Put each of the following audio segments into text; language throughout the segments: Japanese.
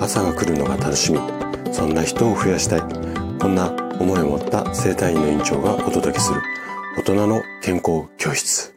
朝が来るのが楽しみ、そんな人を増やしたい、こんな思いを持った整体院の院長がお届けする大人の健康教室。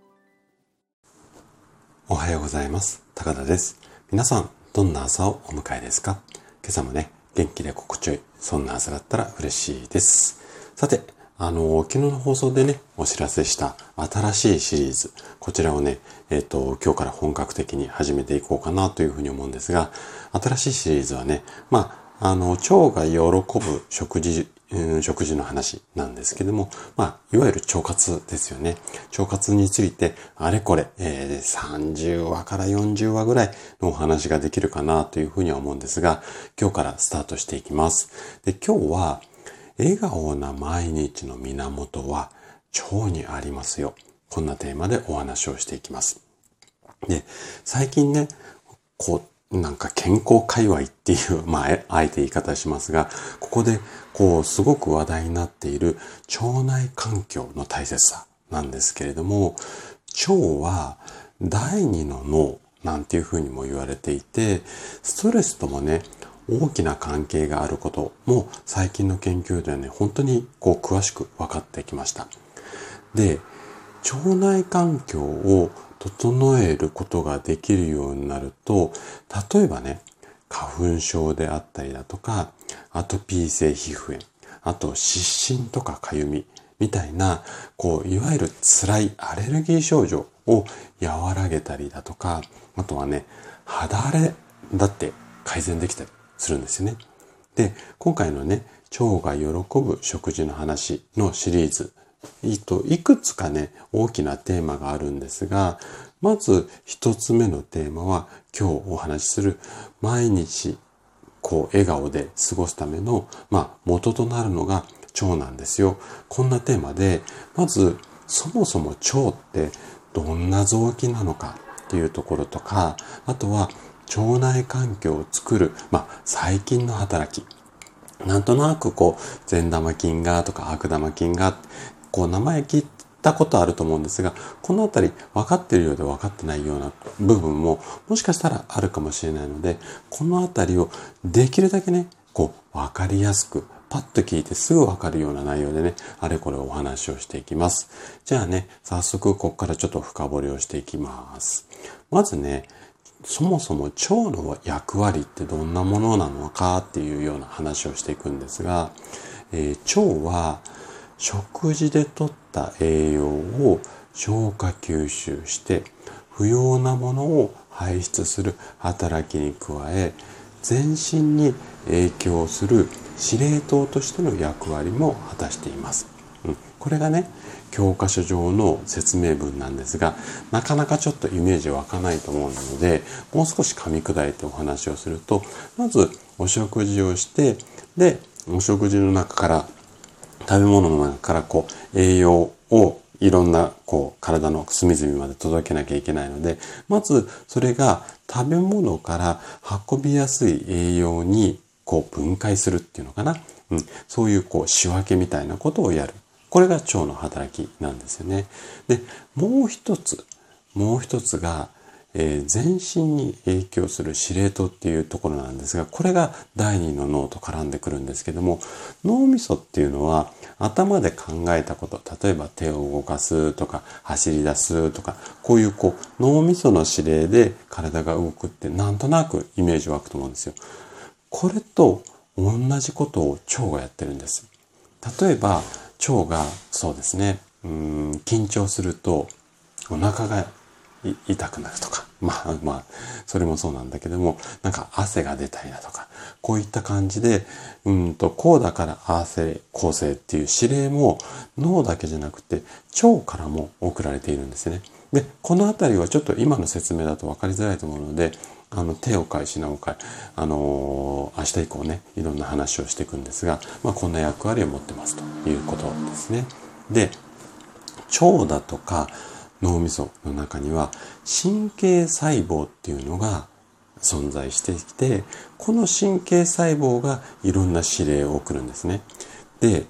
おはようございます。高田です。皆さんどんな朝をお迎えですか？今朝もね、元気で心地よい、そんな朝だったら嬉しいです。さて、昨日の放送でね、お知らせした新しいシリーズ、こちらをね、今日から本格的に始めていこうかなというふうに思うんですが、新しいシリーズはね、腸が喜ぶ食事の話なんですけども、いわゆる腸活ですよね。腸活について、あれこれ、30話から40話ぐらいのお話ができるかなというふうには思うんですが、今日からスタートしていきます。で、今日は、笑顔な毎日の源は腸にありますよ。こんなテーマでお話をしていきます。で、最近ね、健康界隈っていう、あえて言い方しますが、ここですごく話題になっている腸内環境の大切さなんですけれども、腸は第二の脳なんていうふうにも言われていて、ストレスともね、大きな関係があることも最近の研究ではね、本当に詳しく分かってきました。で、腸内環境を整えることができるようになると、例えばね、花粉症であったりだとか、アトピー性皮膚炎、あと湿疹とかかゆみみたいな、いわゆる辛いアレルギー症状を和らげたりだとか、あとはね、肌荒れだって改善できたりするんですよね。で、今回のね、腸が喜ぶ食事の話のシリーズ、いくつかね、大きなテーマがあるんですが、まず一つ目のテーマは、今日お話しする毎日笑顔で過ごすための、元となるのが腸なんですよ。こんなテーマで、まずそもそも腸ってどんな臓器なのかっていうところとか、あとは腸内環境を作る、細菌の働き。なんとなく善玉菌がとか悪玉菌が、名前聞いたことあると思うんですが、このあたり分かっているようで分かってないような部分ももしかしたらあるかもしれないので、このあたりをできるだけね、分かりやすく、パッと聞いてすぐ分かるような内容でね、あれこれお話をしていきます。じゃあね、早速ここからちょっと深掘りをしていきます。まずね、そもそも腸の役割ってどんなものなのかっていうような話をしていくんですが、腸は食事で摂った栄養を消化吸収して不要なものを排出する働きに加え、全身に影響する司令塔としての役割も果たしています。これがね、教科書上の説明文なんですが、なかなかちょっとイメージ湧かないと思うので、もう少し噛み砕いてお話をすると、まずお食事をして、で、お食事の中から、食べ物の中から栄養をいろんな体の隅々まで届けなきゃいけないので、まずそれが食べ物から運びやすい栄養に分解するっていうのかな。そういう仕分けみたいなことをやる。これが腸の働きなんですよね。で、もう一つが、全身に影響する司令塔っていうところなんですが、これが第二の脳と絡んでくるんですけども、脳みそっていうのは頭で考えたこと、例えば手を動かすとか走り出すとか、こういう脳みその指令で体が動くってなんとなくイメージ湧くと思うんですよ。これと同じことを腸がやってるんです。例えば腸がそうですね、緊張するとお腹が痛くなるとか、それもそうなんだけども、汗が出たりだとか、こういった感じで、こうだからこうせっていう指令も脳だけじゃなくて腸からも送られているんですよね。で、このあたりはちょっと今の説明だと分かりづらいと思うので、手を変え品を変え、明日以降ね、いろんな話をしていくんですが、こんな役割を持ってますということですね。で、腸だとか脳みその中には神経細胞っていうのが存在してきて、この神経細胞がいろんな指令を送るんですね。で、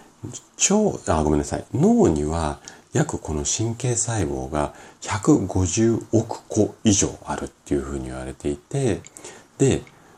脳には約この神経細胞が150億個以上あるっていうふうに言われていて、で、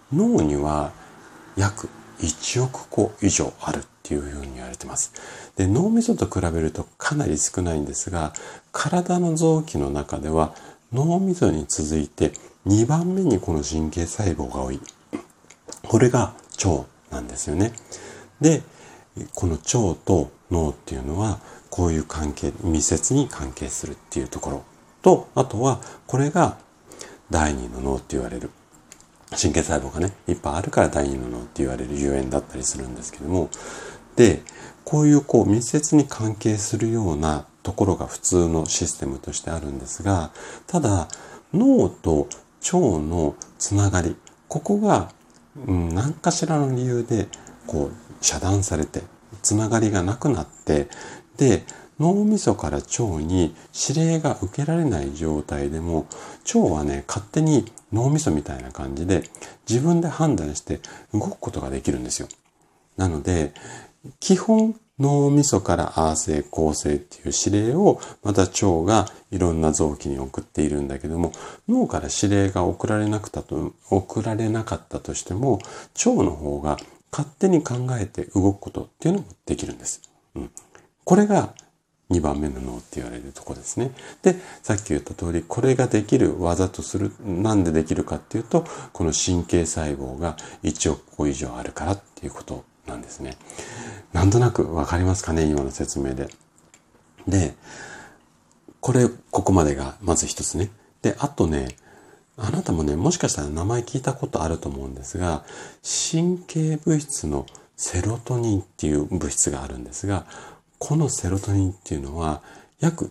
脳には約1億個以上あるっていうふうに言われてます。で、脳みそと比べるとかなり少ないんですが、体の臓器の中では脳みそに続いて2番目にこの神経細胞が多い。これが腸なんですよね。で、この腸と脳っていうのはこういう関係、密接に関係するっていうところと、あとはこれが第二の脳って言われる。神経細胞がね、いっぱいあるから第二の脳って言われるゆえんだったりするんですけども、で、こういう密接に関係するようなところが普通のシステムとしてあるんですが、ただ脳と腸のつながり、ここが、何かしらの理由で遮断されて、つながりがなくなって、で、脳みそから腸に指令が受けられない状態でも、腸はね、勝手に脳みそみたいな感じで自分で判断して動くことができるんですよ。なので、基本脳みそからああせいこうせいっていう指令をまた腸がいろんな臓器に送っているんだけども、脳から指令が送られなかったとしても、腸の方が勝手に考えて動くことっていうのもできるんです。これが2番目の脳って言われるところですね。で、さっき言った通り、これができる技とする、なんでできるかっていうと、この神経細胞が1億個以上あるからっていうことなんですね。なんとなくわかりますかね、今の説明で。で、ここまでがまず一つね。で、あとね、あなたもね、もしかしたら名前聞いたことあると思うんですが、神経物質のセロトニンっていう物質があるんですが、このセロトニンっていうのは約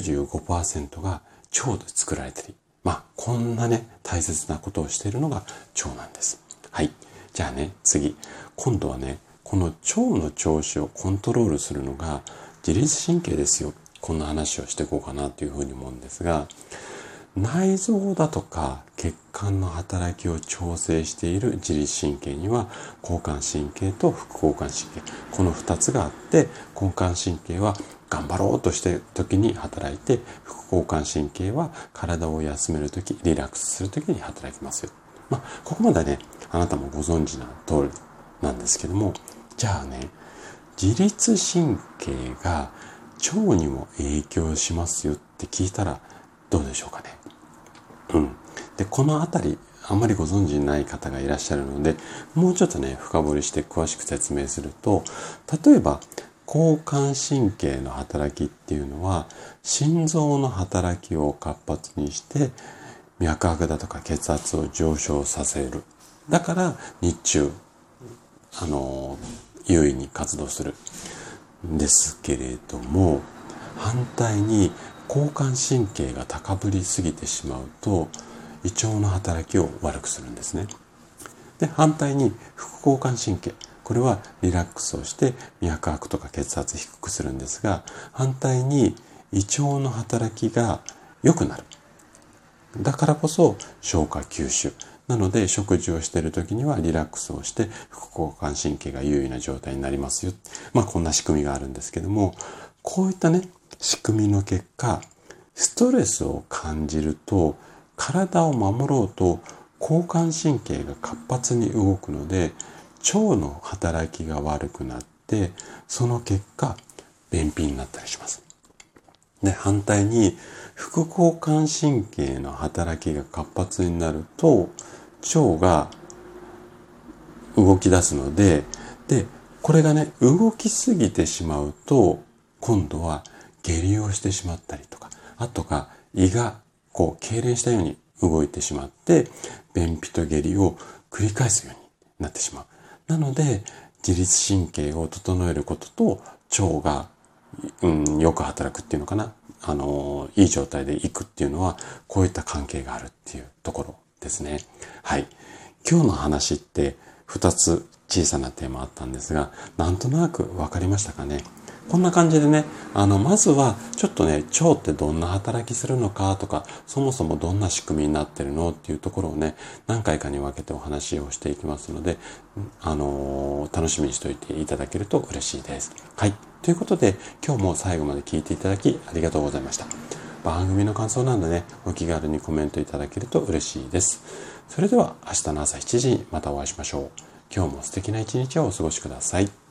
95% が腸で作られている。こんなね、大切なことをしているのが腸なんです。はい。じゃあね、次。今度はね、この腸の調子をコントロールするのが自律神経ですよ。こんな話をしていこうかなというふうに思うんですが、内臓だとか血管の働きを調整している自律神経には交感神経と副交感神経、この2つがあって、交感神経は頑張ろうとしている時に働いて、副交感神経は体を休める時、リラックスする時に働きますよ。ここまではね、あなたもご存知な通りなんですけども、じゃあね、自律神経が腸にも影響しますよって聞いたらどうでしょうかね。で、このあたりあんまりご存知ない方がいらっしゃるので、もうちょっとね、深掘りして詳しく説明すると、例えば交感神経の働きっていうのは心臓の働きを活発にして脈拍だとか血圧を上昇させる。だから日中優位に活動するんですけれども、反対に交感神経が高ぶりすぎてしまうと胃腸の働きを悪くするんですね。で、反対に副交感神経、これはリラックスをして脈拍とか血圧低くするんですが、反対に胃腸の働きが良くなる。だからこそ消化吸収。なので食事をしている時にはリラックスをして副交感神経が優位な状態になりますよ。こんな仕組みがあるんですけども、こういったね、仕組みの結果、ストレスを感じると体を守ろうと交感神経が活発に動くので、腸の働きが悪くなって、その結果便秘になったりします。で、反対に副交感神経の働きが活発になると腸が動き出すので、これがね、動きすぎてしまうと今度は下痢をしてしまったりとか、あとが胃が痙攣したように動いてしまって便秘と下痢を繰り返すようになってしまう。なので自律神経を整えることと腸がよく働くっていうのかな、いい状態でいくっていうのはこういった関係があるっていうところですね。はい。今日の話って2つ小さなテーマあったんですが、なんとなくわかりましたかね。こんな感じでね、まずはちょっとね、腸ってどんな働きするのかとか、そもそもどんな仕組みになってるのっていうところをね、何回かに分けてお話をしていきますので、楽しみにしておいていただけると嬉しいです。はい。ということで、今日も最後まで聞いていただきありがとうございました。番組の感想などね、お気軽にコメントいただけると嬉しいです。 それでは明日の朝7時にまたお会いしましょう。今日も素敵な一日をお過ごしください。